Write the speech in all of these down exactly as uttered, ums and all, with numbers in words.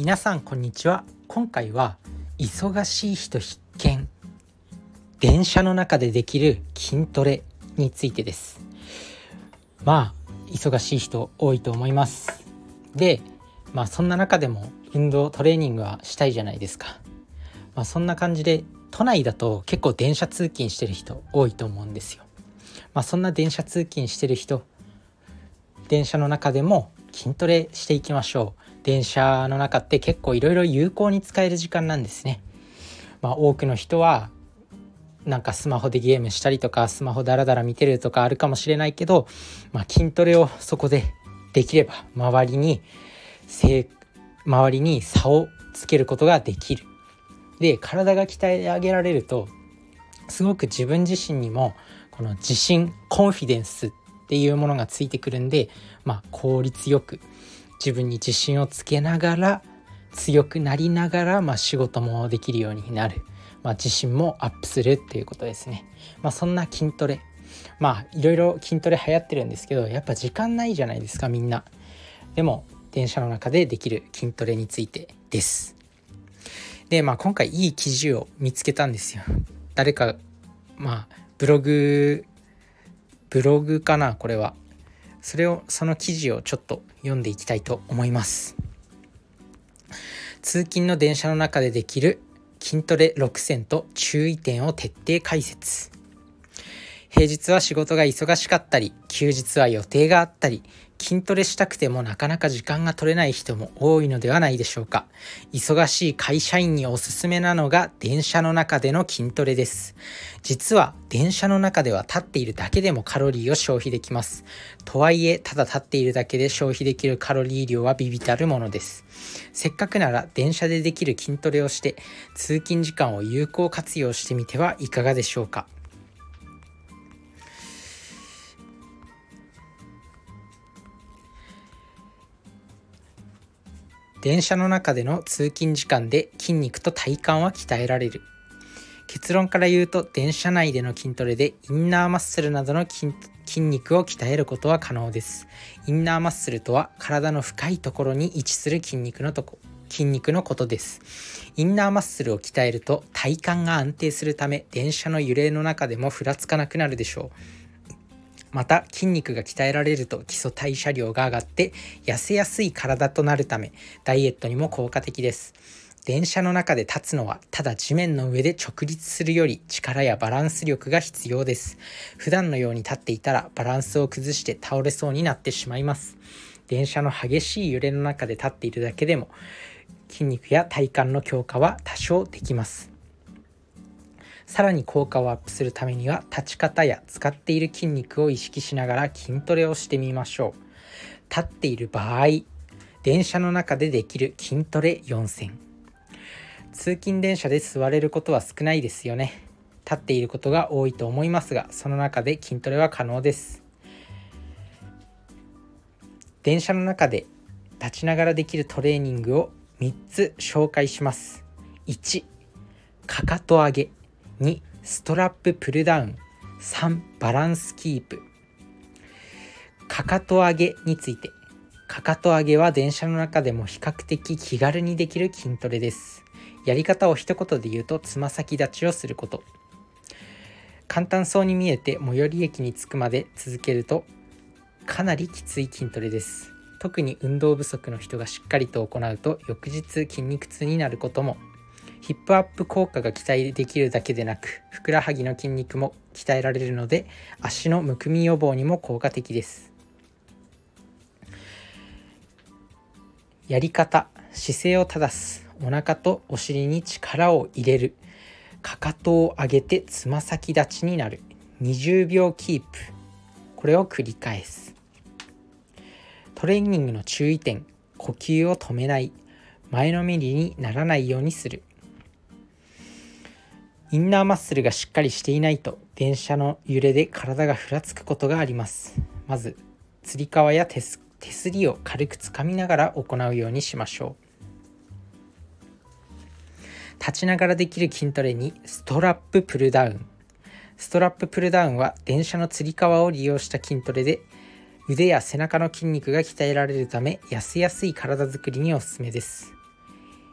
皆さんこんにちは。今回は忙しい人必見、電車の中でできる筋トレについてです。まあ忙しい人多いと思います。で、まあそんな中でも運動トレーニングはしたいじゃないですか。まあそんな感じで都内だと結構電車通勤してる人多いと思うんですよ。まあそんな電車通勤してる人、電車の中でも筋トレしていきましょう。電車の中って結構いろいろ有効に使える時間なんですね。まあ多くの人はなんかスマホでゲームしたりとか、スマホダラダラ見てるとかあるかもしれないけど、まあ、筋トレをそこでできれば周りに周りに差をつけることができる。で、体が鍛え上げられるとすごく自分自身にもこの自信、コンフィデンスっていうものがついてくるんで、まあ効率よく自分に自信をつけながら、強くなりながら、まあ、仕事もできるようになる、まあ、自信もアップするっていうことですね。まあ、そんな筋トレ、まあいろいろ筋トレ流行ってるんですけど、やっぱ時間ないじゃないですか、みんな。でも電車の中でできる筋トレについてです。で、まあ今回いい記事を見つけたんですよ。誰か、まあブログブログかな、これは。それをその記事をちょっと読んでいきたいと思います。通勤の電車の中でできる筋トレろく選と注意点を徹底解説。平日は仕事が忙しかったり、休日は予定があったり、筋トレしたくてもなかなか時間が取れない人も多いのではないでしょうか。忙しい会社員におすすめなのが電車の中での筋トレです。実は電車の中では立っているだけでもカロリーを消費できます。とはいえ、ただ立っているだけで消費できるカロリー量は微々たるものです。せっかくなら電車でできる筋トレをして、通勤時間を有効活用してみてはいかがでしょうか。電車の中での通勤時間で筋肉と体幹は鍛えられる。結論から言うと、電車内での筋トレでインナーマッスルなどの 筋, 筋肉を鍛えることは可能です。インナーマッスルとは体の深いところに位置する筋肉のとこ筋肉のことです。インナーマッスルを鍛えると体幹が安定するため、電車の揺れの中でもふらつかなくなるでしょう。また筋肉が鍛えられると基礎代謝量が上がって痩せやすい体となるため、ダイエットにも効果的です。電車の中で立つのはただ地面の上で直立するより力やバランス力が必要です。普段のように立っていたらバランスを崩して倒れそうになってしまいます。電車の激しい揺れの中で立っているだけでも筋肉や体幹の強化は多少できます。さらに効果をアップするためには、立ち方や使っている筋肉を意識しながら筋トレをしてみましょう。立っている場合、電車の中でできる筋トレよん選。通勤電車で座れることは少ないですよね。立っていることが多いと思いますが、その中で筋トレは可能です。電車の中で立ちながらできるトレーニングをみっつ紹介します。いち、かかと上げ。に、ストラッププルダウン。さん、バランスキープ。かかと上げについて。かかと上げは電車の中でも比較的気軽にできる筋トレです。やり方を一言で言うと、つま先立ちをすること。簡単そうに見えて最寄り駅に着くまで続けるとかなりきつい筋トレです。特に運動不足の人がしっかりと行うと翌日筋肉痛になることも。ヒップアップ効果が期待できるだけでなく、ふくらはぎの筋肉も鍛えられるので、足のむくみ予防にも効果的です。やり方、姿勢を正す。お腹とお尻に力を入れる。かかとを上げてつま先立ちになる。にじゅうびょうキープ。これを繰り返す。トレーニングの注意点、呼吸を止めない。前のめりにならないようにする。インナーマッスルがしっかりしていないと電車の揺れで体がふらつくことがあります。まずつり革や手す、手すりを軽くつかみながら行うようにしましょう。立ちながらできる筋トレにストラッププルダウン。ストラッププルダウンは電車のつり革を利用した筋トレで、腕や背中の筋肉が鍛えられるため痩せやすい体づくりにおすすめです。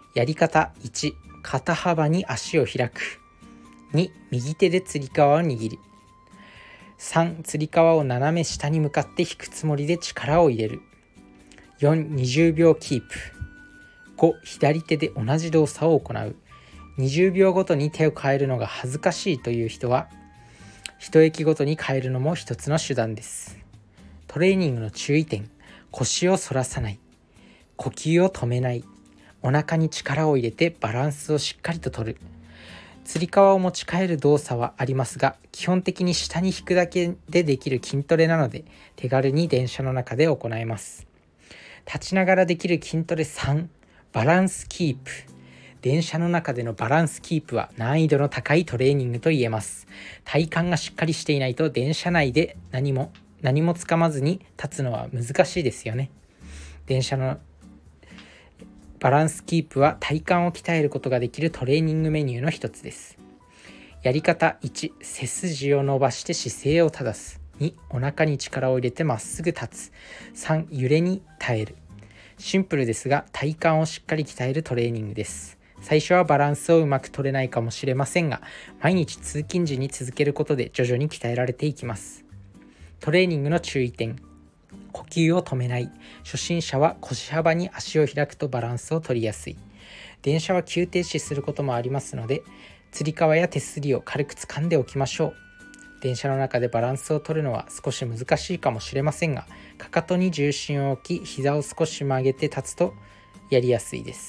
やり方いち、肩幅に足を開く。に、右手でつり革を握る。さん、つり革を斜め下に向かって引くつもりで力を入れる。よん、にじゅうびょうキープ。ご、左手で同じ動作を行う。にじゅうびょうごとに手を変えるのが恥ずかしいという人は、一息ごとに変えるのも一つの手段です。トレーニングの注意点、腰を反らさない、呼吸を止めない、お腹に力を入れてバランスをしっかりと取る。つり革を持ち替える動作はありますが、基本的に下に引くだけでできる筋トレなので、手軽に電車の中で行えます。立ちながらできる筋トレさん、バランスキープ。電車の中でのバランスキープは難易度の高いトレーニングと言えます。体幹がしっかりしていないと電車内で何も何もつかまずに立つのは難しいですよね。電車のバランスキープは体幹を鍛えることができるトレーニングメニューの一つです。やり方いち、背筋を伸ばして姿勢を正す。に、お腹に力を入れてまっすぐ立つ。さん、揺れに耐える。シンプルですが体幹をしっかり鍛えるトレーニングです。最初はバランスをうまく取れないかもしれませんが、毎日通勤時に続けることで徐々に鍛えられていきます。トレーニングの注意点、呼吸を止めない。初心者は腰幅に足を開くとバランスを取りやすい。電車は急停止することもありますので、つり革や手すりを軽く掴んでおきましょう。電車の中でバランスを取るのは少し難しいかもしれませんが、かかとに重心を置き、膝を少し曲げて立つとやりやすいです。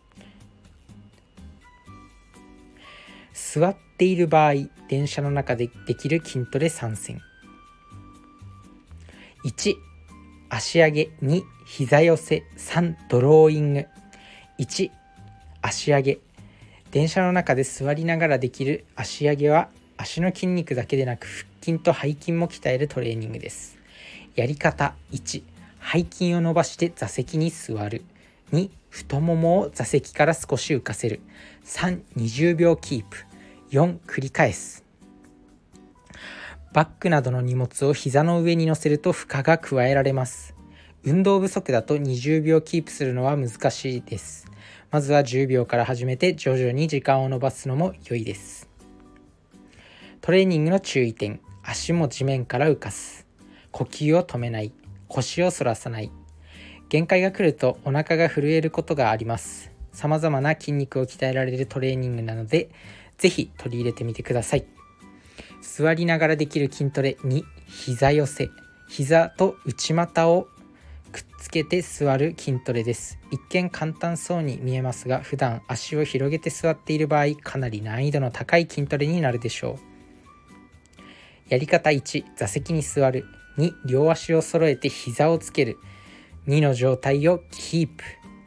座っている場合、電車の中でできる筋トレさんせん。いち、足上げ。に、膝寄せ。さん、ドローイング。いち、足上げ。電車の中で座りながらできる足上げは、足の筋肉だけでなく腹筋と背筋も鍛えるトレーニングです。やり方いち、背筋を伸ばして座席に座る。に、太ももを座席から少し浮かせる。さん、にじゅうびょうキープ。よん、繰り返す。バッグなどの荷物を膝の上に乗せると負荷が加えられます。運動不足だとにじゅうびょうキープするのは難しいです。まずはじゅうびょうから始めて徐々に時間を伸ばすのも良いです。トレーニングの注意点、足も地面から浮かす。呼吸を止めない。腰を反らさない。限界が来るとお腹が震えることがあります。様々な筋肉を鍛えられるトレーニングなので、ぜひ取り入れてみてください。座りながらできる筋トレに、膝寄せ。膝と内股をくっつけて座る筋トレです。一見簡単そうに見えますが、普段足を広げて座っている場合、かなり難易度の高い筋トレになるでしょう。やり方いち、座席に座る。に、両足を揃えて膝をつける。にの状態をキープ。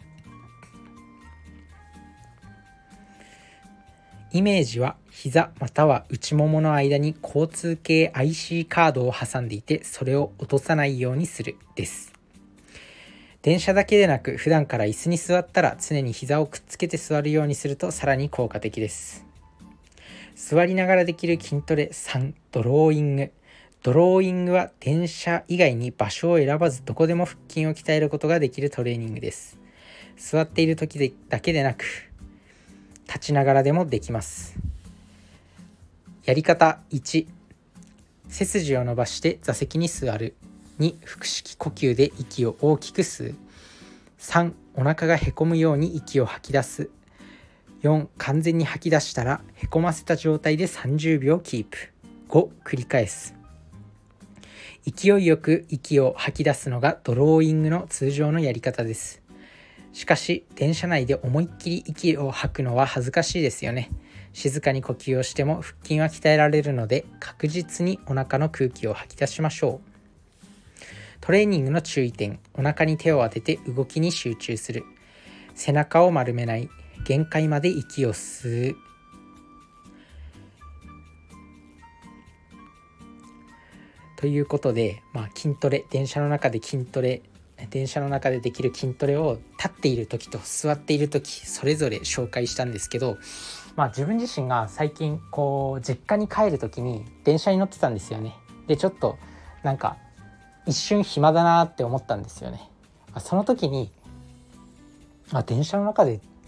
イメージは膝または内ももの間に交通系 アイシー カードを挟んでいて、それを落とさないようにするです。電車だけでなく普段から椅子に座ったら常に膝をくっつけて座るようにするとさらに効果的です。座りながらできる筋トレさん、ドローイング。ドローイングは電車以外に場所を選ばずどこでも腹筋を鍛えることができるトレーニングです。座っている時でだけでなく立ちながらでもできます。やり方いち、背筋を伸ばして座席に座る。に、腹式呼吸で息を大きく吸う。さん、お腹がへこむように息を吐き出す。よん、完全に吐き出したらへこませた状態でさんじゅうびょうキープ。ご、繰り返す。勢いよく息を吐き出すのがドローイングの通常のやり方です。しかし電車内で思いっきり息を吐くのは恥ずかしいですよね。静かに呼吸をしても腹筋は鍛えられるので、確実にお腹の空気を吐き出しましょう。トレーニングの注意点、お腹に手を当てて動きに集中する。背中を丸めない。限界まで息を吸う。ということで、まあ、筋トレ、電車の中で筋トレ電車の中でできる筋トレを立っている時と座っている時それぞれ紹介したんですけど、まあ、自分自身が最近こう実家に帰る時に電車に乗ってたんですよね。でちょっとなんか一瞬暇だなって思ったんですよね。その時にあ電車の中で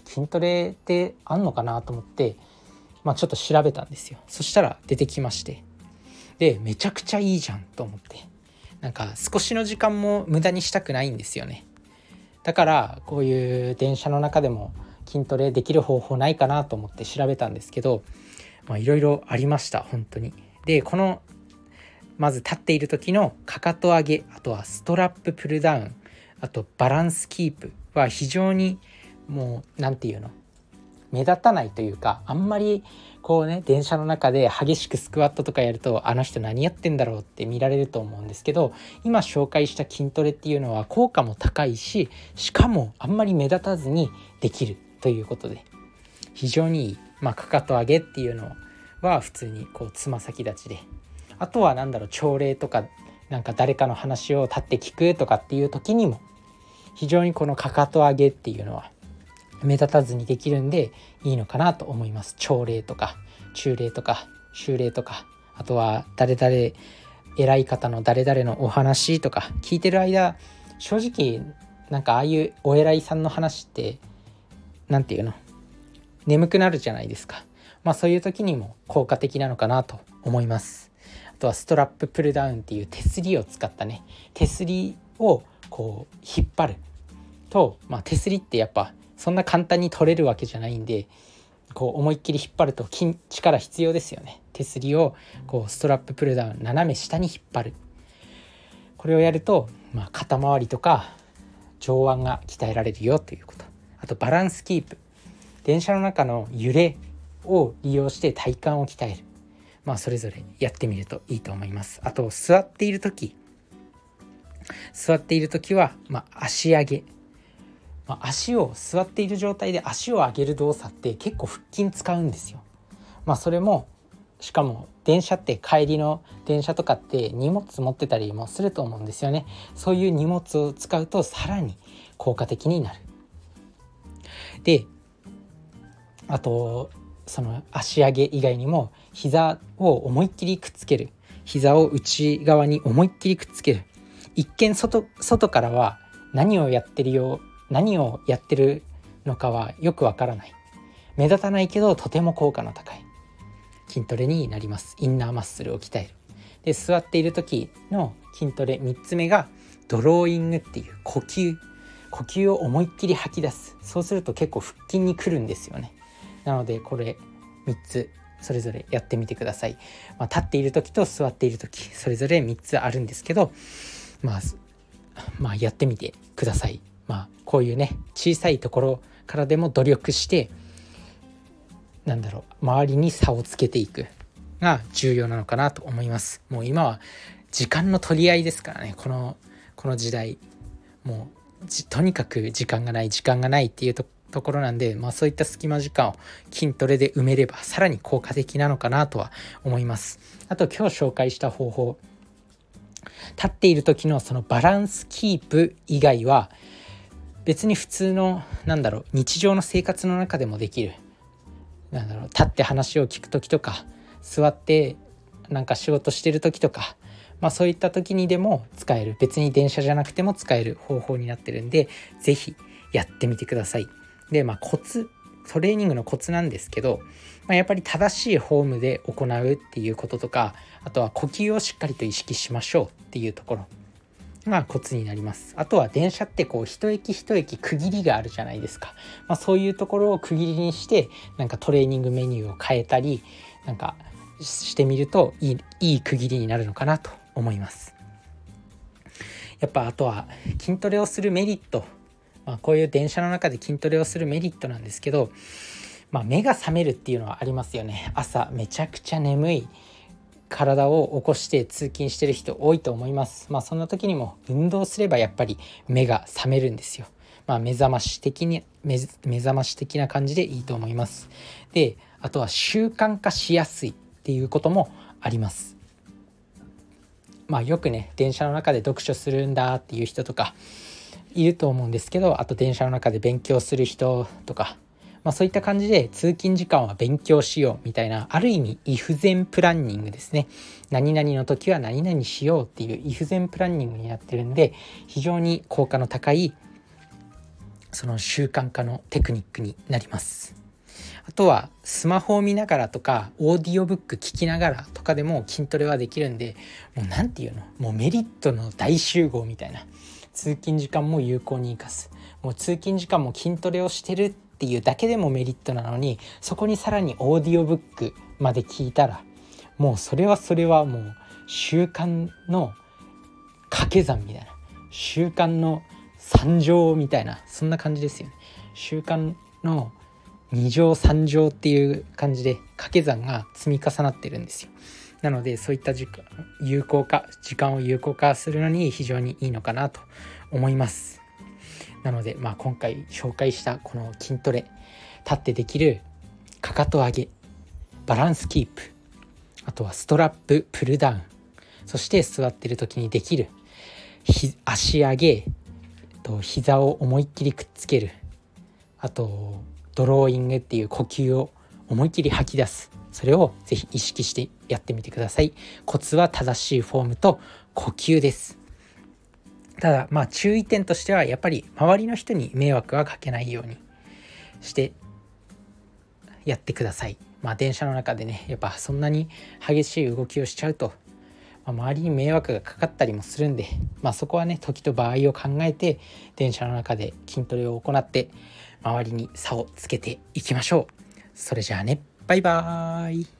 筋トレってあんのかなと思って、まあ、ちょっと調べたんですよ。そしたら出てきまして、でめちゃくちゃいいじゃんと思って、なんか少しの時間も無駄にしたくないんですよね。だからこういう電車の中でも筋トレできる方法ないかなと思って調べたんですけど、いろいろありました本当に。でこのまず立っている時のかかと上げ、あとはストラッププルダウン、あとバランスキープは非常にもうなんていうの目立たないというか、あんまりこうね電車の中で激しくスクワットとかやるとあの人何やってんだろうって見られると思うんですけど、今紹介した筋トレっていうのは効果も高いし、しかもあんまり目立たずにできるということで非常にいい。まあかかと上げっていうのは普通にこうつま先立ちで、あとはなんだろう朝礼とかなんか誰かの話を立って聞くとかっていう時にも非常にこのかかと上げっていうのは目立たずにできるんでいいのかなと思います。朝礼とか中礼とか修礼とか、あとは誰々偉い方の誰々のお話とか聞いてる間、正直なんかああいうお偉いさんの話ってなんていうの眠くなるじゃないですか。まあそういう時にも効果的なのかなと思います。あとはストラッププルダウンっていう手すりを使ったね、手すりをこう引っ張ると、まあ、手すりってやっぱそんな簡単に取れるわけじゃないんで、こう思いっきり引っ張ると筋力必要ですよね。手すりをこうストラッププルダウン斜め下に引っ張る、これをやると、まあ、肩周りとか上腕が鍛えられるよということ。あとバランスキープ、電車の中の揺れを利用して体幹を鍛える、まあそれぞれやってみるといいと思います。あと座っている時座っている時は、まあ、足上げ、まあ、足を座っている状態で足を上げる動作って結構腹筋使うんですよ。まあそれもしかも電車って帰りの電車とかって荷物持ってたりもすると思うんですよね。そういう荷物を使うとさらに効果的になる。であとその足上げ以外にも膝を思いっきりくっつける、膝を内側に思いっきりくっつける。一見 外, 外からは何をやってるよ何をやってるのかはよくわからない、目立たないけどとても効果の高い筋トレになります。インナーマッスルを鍛える。で座っている時の筋トレみっつめがドローイングっていう呼吸呼吸を思いっきり吐き出す。そうすると結構腹筋にくるんですよね。なのでこれみっつそれぞれやってみてください。まあ、立っている時と座っている時それぞれみっつあるんですけど、まあ、まあやってみてください。まあこういうね小さいところからでも努力してなんだろう周りに差をつけていくが重要なのかなと思います。もう今は時間の取り合いですからね。このこの時代もうとにかく時間がない時間がないっていうとところなんで、まあ、そういった隙間時間を筋トレで埋めればさらに効果的なのかなとは思います。あと今日紹介した方法、立っている時のそのバランスキープ以外は別に普通のなんだろう日常の生活の中でもできる、なんだろう立って話を聞く時とか座ってなんか仕事してる時とか、まあ、そういった時にでも使える、別に電車じゃなくても使える方法になってるんでぜひやってみてください。でまあコツトレーニングのコツなんですけど、まあ、やっぱり正しいフォームで行うっていうこととか、あとは呼吸をしっかりと意識しましょうっていうところがコツになります。あとは電車ってこう一駅一駅区切りがあるじゃないですか。まあ、そういうところを区切りにしてなんかトレーニングメニューを変えたりなんかしてみるといい、いい区切りになるのかなと思います。やっぱあとは筋トレをするメリット、まあ、こういう電車の中で筋トレをするメリットなんですけど、まあ、目が覚めるっていうのはありますよね。朝めちゃくちゃ眠い体を起こして通勤してる人多いと思います。まあそんな時にも運動すればやっぱり目が覚めるんですよ。まあ目覚まし的に 目, 目覚まし的な感じでいいと思います。であとは習慣化しやすいっていうこともあります。まあよくね電車の中で読書するんだっていう人とかいると思うんですけど、あと電車の中で勉強する人とか、まあ、そういった感じで通勤時間は勉強しようみたいな、ある意味イフゼンプランニングですね。何々の時は何々しようっていうイフゼンプランニングになってるんで非常に効果の高いその習慣化のテクニックになります。あとはスマホを見ながらとかオーディオブック聞きながらとかでも筋トレはできるんで、もうなんていうの、もうメリットの大集合みたいな。通勤時間も有効に生かす、もう通勤時間も筋トレをしてるっていうだけでもメリットなのに、そこにさらにオーディオブックまで聞いたら、もうそれはそれはもう習慣の掛け算みたいな、習慣の三乗みたいな、そんな感じですよね。習慣の二乗三乗っていう感じで掛け算が積み重なってるんですよ。なのでそういった時間有効化時間を有効化するのに非常にいいのかなと思います。なので、まあ、今回紹介したこの筋トレ、立ってできるかかと上げ、バランスキープ、あとはストラッププルダウン、そして座ってる時にできる足上げと膝を思いっきりくっつける、あとドローイングっていう呼吸を思いっきり吐き出す、それをぜひ意識してやってみてください。コツは正しいフォームと呼吸です。ただまあ注意点としては、やっぱり周りの人に迷惑はかけないようにしてやってください。まあ電車の中でね、やっぱそんなに激しい動きをしちゃうと、まあ、周りに迷惑がかかったりもするんで、まあそこはね、時と場合を考えて電車の中で筋トレを行って周りに差をつけていきましょう。それじゃあね、バイバーイ。